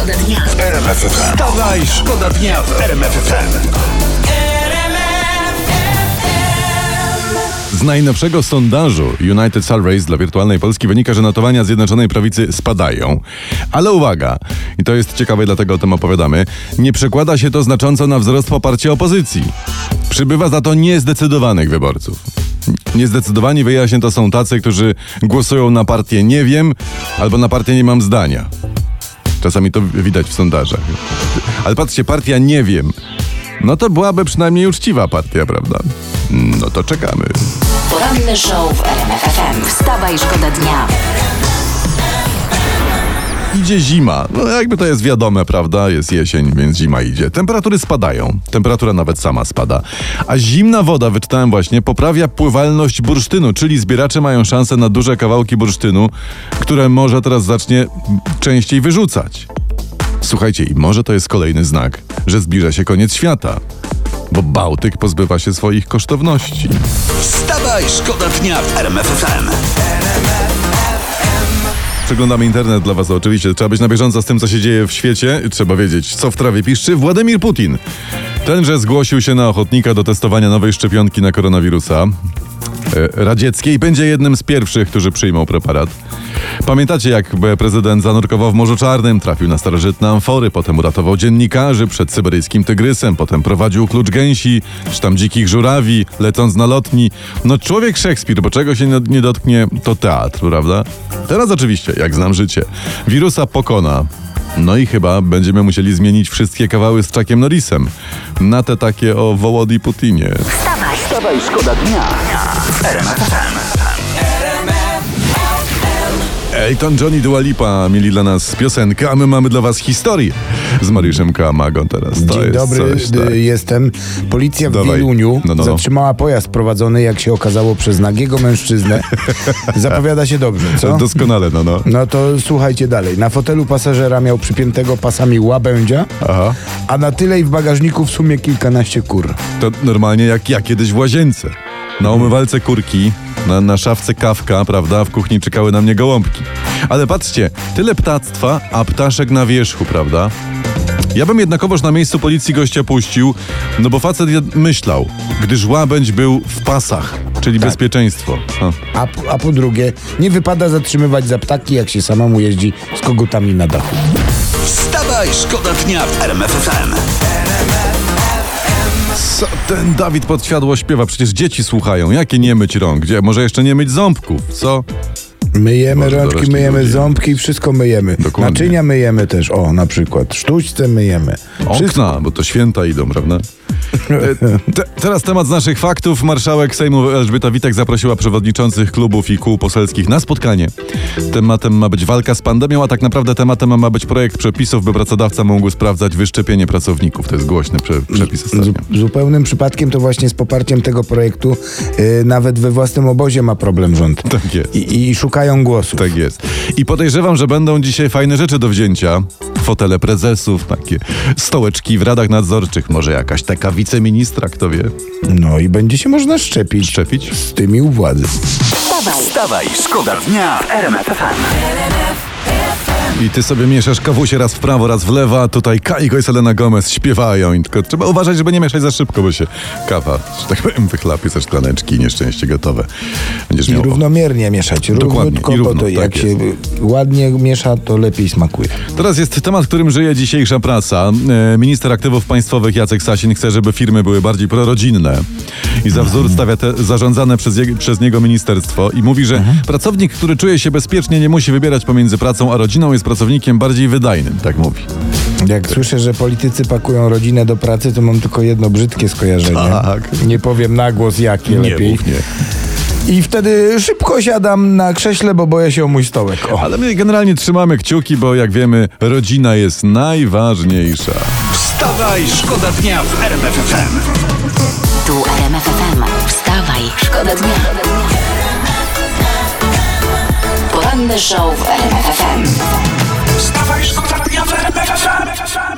Szkoda dnia w RMF FM. Wstawaj, szkoda dnia w RMF FM. Z najnowszego sondażu United Surveys dla wirtualnej Polski wynika, że notowania Zjednoczonej Prawicy spadają. Ale uwaga, i to jest ciekawe, dlatego o tym opowiadamy, nie przekłada się to znacząco na wzrost poparcia opozycji. Przybywa za to niezdecydowanych wyborców. Niezdecydowani, wyjaśnię, to są tacy, którzy głosują na partię nie wiem albo na partię nie mam zdania. Czasami to widać w sondażach. Ale patrzcie, partia nie wiem, no to byłaby przynajmniej uczciwa partia, prawda? No to czekamy. Poranny show w RMF FM. Wstawaj, szkoda dnia. Idzie zima. No jakby to jest wiadome, prawda? Jest jesień, więc zima idzie. Temperatury spadają. Temperatura nawet sama spada. A zimna woda, wyczytałem właśnie, poprawia pływalność bursztynu, czyli zbieracze mają szansę na duże kawałki bursztynu, które morze teraz zacznie częściej wyrzucać. Słuchajcie, i może to jest kolejny znak, że zbliża się koniec świata. Bo Bałtyk pozbywa się swoich kosztowności. Wstawaj, szkoda dnia w RMF FM. Przeglądamy internet dla was oczywiście. Trzeba być na bieżąco z tym, co się dzieje w świecie. Trzeba wiedzieć, co w trawie piszczy Władimir Putin. Tenże zgłosił się na ochotnika do testowania nowej szczepionki na koronawirusa radzieckiej. Będzie jednym z pierwszych, którzy przyjmą preparat. Pamiętacie, jak prezydent zanurkował w Morzu Czarnym, trafił na starożytne amfory, potem uratował dziennikarzy przed syberyjskim tygrysem, potem prowadził klucz gęsi, czy tam dzikich żurawi, lecąc na lotni. No człowiek Szekspir, bo czego się nie dotknie, to teatr, prawda? Teraz oczywiście, jak znam życie, wirusa pokona. No i chyba będziemy musieli zmienić wszystkie kawały z Chuckiem Norrisem na te takie o Wołodii Putinie. Wstawaj, szkoda dnia w RMF FM. Elton John i Dua Lipa mieli dla nas piosenkę, a my mamy dla was historię z Mariuszem Kałamagą teraz. To Dzień jest dobry, coś, tak. jestem. Policja w Dawaj. Wieluniu No. zatrzymała pojazd prowadzony, jak się okazało, przez nagiego mężczyznę. Zapowiada się dobrze, co? Doskonale, no. No to słuchajcie dalej. Na fotelu pasażera miał przypiętego pasami łabędzia, Aha. a na tyle i w bagażniku w sumie kilkanaście kur. To normalnie jak ja kiedyś w łazience. Na umywalce kurki, na szafce kawka, prawda? W kuchni czekały na mnie gołąbki. Ale patrzcie, tyle ptactwa, a ptaszek na wierzchu, prawda? Ja bym jednakowoż na miejscu policji gościa puścił, no bo facet myślał, gdyż łabędź był w pasach, czyli bezpieczeństwo. A po drugie, nie wypada zatrzymywać za ptaki, jak się samemu jeździ z kogutami na dachu. Wstawaj, szkoda dnia w RMF FM. Co ten Dawid Podsiadło śpiewa? Przecież dzieci słuchają. Jakie nie myć rąk? Gdzie? Może jeszcze nie myć ząbków, co? Myjemy Boże, rączki, dorośli myjemy ludzie. ząbki, wszystko myjemy. Dokładnie. Naczynia myjemy też, na przykład. Sztućce myjemy. Okna, bo to święta idą, prawda? Teraz temat z naszych faktów. Marszałek Sejmu Elżbieta Witek zaprosiła przewodniczących klubów i kół poselskich na spotkanie. Tematem ma być walka z pandemią, a tak naprawdę tematem ma być projekt przepisów, by pracodawca mógł sprawdzać wyszczepienie pracowników. To jest głośny przepis ostatnio. Zupełnym przypadkiem to właśnie z poparciem tego projektu nawet we własnym obozie ma problem rząd. Tak jest. I szukają głosu. Tak jest. I podejrzewam, że będą dzisiaj fajne rzeczy do wzięcia. Fotele prezesów, takie stołeczki w radach nadzorczych, może jakaś taka wiceministra, kto wie. No i będzie się można szczepić. Szczepić? Z tymi u władzy. Wstawaj, szkoda dnia w RMF FM. I ty sobie mieszasz kawusie raz w prawo, raz w lewo, a tutaj Kajko i Selena Gomez śpiewają. I tylko trzeba uważać, żeby nie mieszać za szybko, bo się kawa, że tak powiem, wychlapie ze szklaneczki i nieszczęście gotowe. Będziesz I miał... równomiernie mieszać. Dokładnie, Równutko, i równo, bo to tak jak jest. się ładnie miesza, to lepiej smakuje. Teraz jest temat, którym żyje dzisiejsza prasa. Minister aktywów państwowych Jacek Sasin chce, żeby firmy były bardziej prorodzinne. I za wzór stawia te zarządzane przez niego ministerstwo i mówi, że pracownik, który czuje się bezpiecznie, nie musi wybierać pomiędzy pracą a rodziną, jest pracownikiem bardziej wydajnym, tak mówi. Jak słyszę, że politycy pakują rodzinę do pracy, to mam tylko jedno brzydkie skojarzenie. Tak. Nie powiem na głos jakie lepiej. mów nie. I wtedy szybko siadam na krześle, bo boję się o mój stołek. Ale my generalnie trzymamy kciuki, bo jak wiemy, rodzina jest najważniejsza. Wstawaj, szkoda dnia w RMF FM. Tu RMF FM. Wstawaj, szkoda dnia. Poranny show w RMF FM. Wstawaj, szkoda dnia w RMF FM.